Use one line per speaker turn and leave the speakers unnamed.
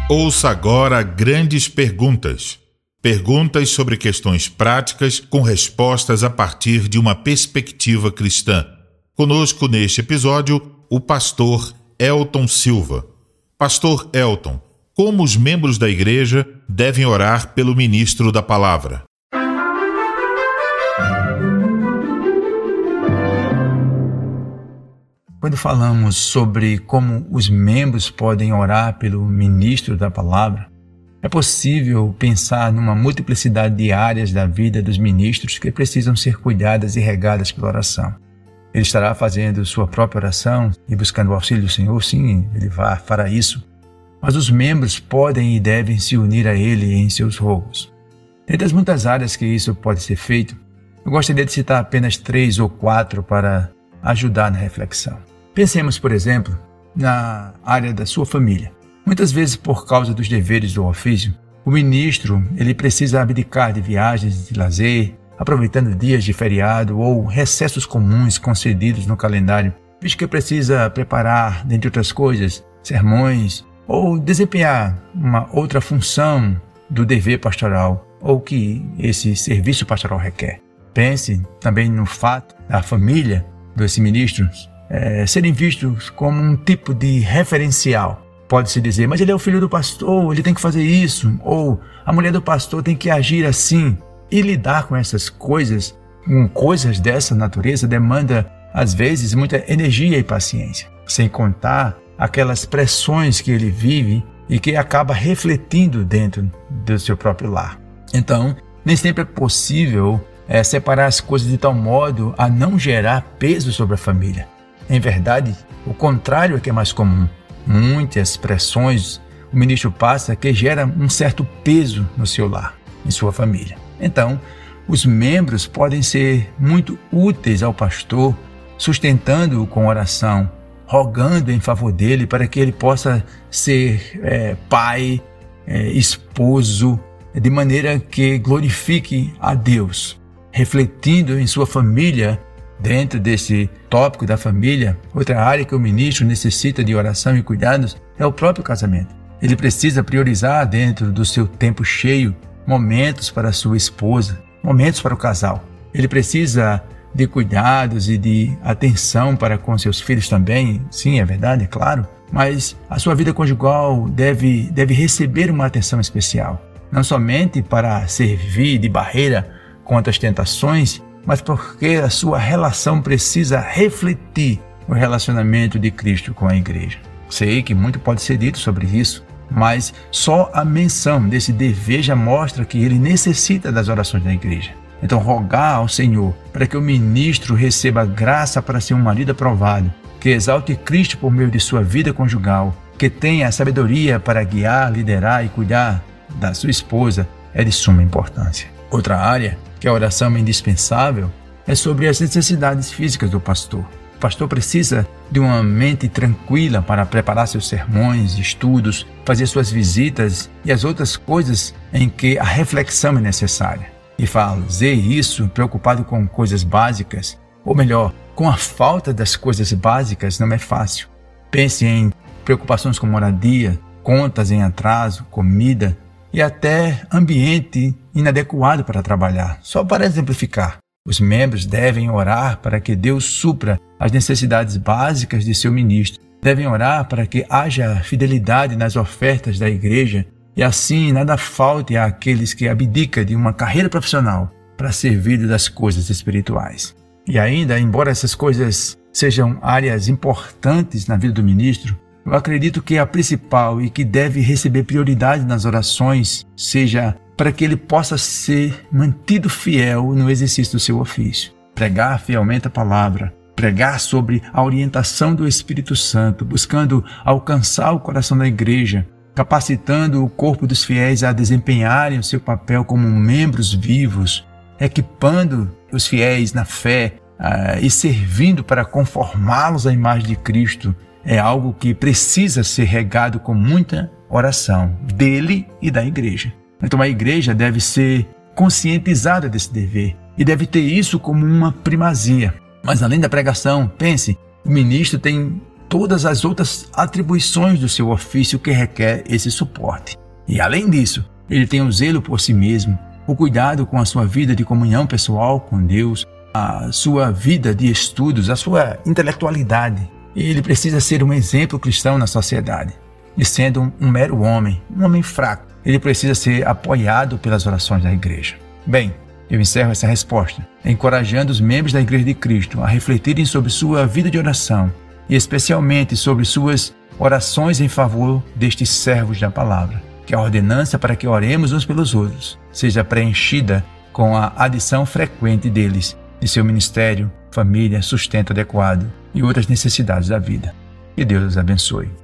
Ouça agora Grandes Perguntas. Perguntas sobre questões práticas com respostas a partir de uma perspectiva cristã. Conosco neste episódio, o pastor Elton Silva. Pastor Elton, como os membros da igreja devem orar pelo ministro da palavra?
Quando falamos sobre como os membros podem orar pelo ministro da palavra, é possível pensar numa multiplicidade de áreas da vida dos ministros que precisam ser cuidadas e regadas pela oração. Ele estará fazendo sua própria oração e buscando o auxílio do Senhor? Sim, ele fará isso. Mas os membros podem e devem se unir a ele em seus rogos. Dentre as muitas áreas que isso pode ser feito, eu gostaria de citar apenas 3 ou 4 para ajudar na reflexão. Pensemos, por exemplo, na área da sua família. Muitas vezes, por causa dos deveres do ofício, o ministro ele precisa abdicar de viagens de lazer, aproveitando dias de feriado ou recessos comuns concedidos no calendário, visto que precisa preparar, dentre outras coisas, sermões ou desempenhar uma outra função do dever pastoral ou que esse serviço pastoral requer. Pense também no fato da família desse ministro serem vistos como um tipo de referencial. Pode-se dizer, mas ele é o filho do pastor, ele tem que fazer isso, ou a mulher do pastor tem que agir assim. E lidar com essas coisas, com coisas dessa natureza, demanda, às vezes, muita energia e paciência. Sem contar aquelas pressões que ele vive e que acaba refletindo dentro do seu próprio lar. Então, nem sempre é possível separar as coisas de tal modo a não gerar peso sobre a família. Em verdade, o contrário é que é mais comum. Muitas pressões o ministro passa que gera um certo peso no seu lar, em sua família. Então, os membros podem ser muito úteis ao pastor, sustentando-o com oração, rogando em favor dele para que ele possa ser pai, esposo, de maneira que glorifique a Deus, refletindo em sua família. Dentro desse tópico da família, outra área que o ministro necessita de oração e cuidados é o próprio casamento. Ele precisa priorizar dentro do seu tempo cheio momentos para a sua esposa, momentos para o casal. Ele precisa de cuidados e de atenção para com seus filhos também. Sim, é verdade, é claro. Mas a sua vida conjugal deve receber uma atenção especial. Não somente para servir de barreira contra as tentações, mas porque a sua relação precisa refletir o relacionamento de Cristo com a igreja. Sei que muito pode ser dito sobre isso, mas só a menção desse dever já mostra que ele necessita das orações da igreja. Então, rogar ao Senhor para que o ministro receba graça para ser um marido aprovado, que exalte Cristo por meio de sua vida conjugal, que tenha a sabedoria para guiar, liderar e cuidar da sua esposa, é de suma importância. Outra área que a oração é indispensável é sobre as necessidades físicas do pastor. O pastor precisa de uma mente tranquila para preparar seus sermões, estudos, fazer suas visitas e as outras coisas em que a reflexão é necessária. E fazer isso preocupado com coisas básicas, ou melhor, com a falta das coisas básicas, não é fácil. Pense em preocupações com moradia, contas em atraso, comida e até ambiente inadequado para trabalhar. Só para exemplificar, os membros devem orar para que Deus supra as necessidades básicas de seu ministro. Devem orar para que haja fidelidade nas ofertas da igreja e assim nada falte àqueles que abdicam de uma carreira profissional para servir das coisas espirituais. E ainda, embora essas coisas sejam áreas importantes na vida do ministro, eu acredito que a principal e que deve receber prioridade nas orações seja para que ele possa ser mantido fiel no exercício do seu ofício. Pregar fielmente a palavra, pregar sobre a orientação do Espírito Santo, buscando alcançar o coração da igreja, capacitando o corpo dos fiéis a desempenharem o seu papel como membros vivos, equipando os fiéis na fé e servindo para conformá-los à imagem de Cristo, é algo que precisa ser regado com muita oração dele e da igreja. Então a igreja deve ser conscientizada desse dever e deve ter isso como uma primazia. Mas além da pregação, pense, o ministro tem todas as outras atribuições do seu ofício que requer esse suporte. E além disso, ele tem o zelo por si mesmo, o cuidado com a sua vida de comunhão pessoal com Deus, a sua vida de estudos, a sua intelectualidade. E ele precisa ser um exemplo cristão na sociedade. E sendo um mero homem, um homem fraco, ele precisa ser apoiado pelas orações da igreja. Bem, eu encerro essa resposta, encorajando os membros da Igreja de Cristo a refletirem sobre sua vida de oração e especialmente sobre suas orações em favor destes servos da palavra. Que a ordenança para que oremos uns pelos outros seja preenchida com a adição frequente deles de seu ministério, família, sustento adequado e outras necessidades da vida. Que Deus os abençoe.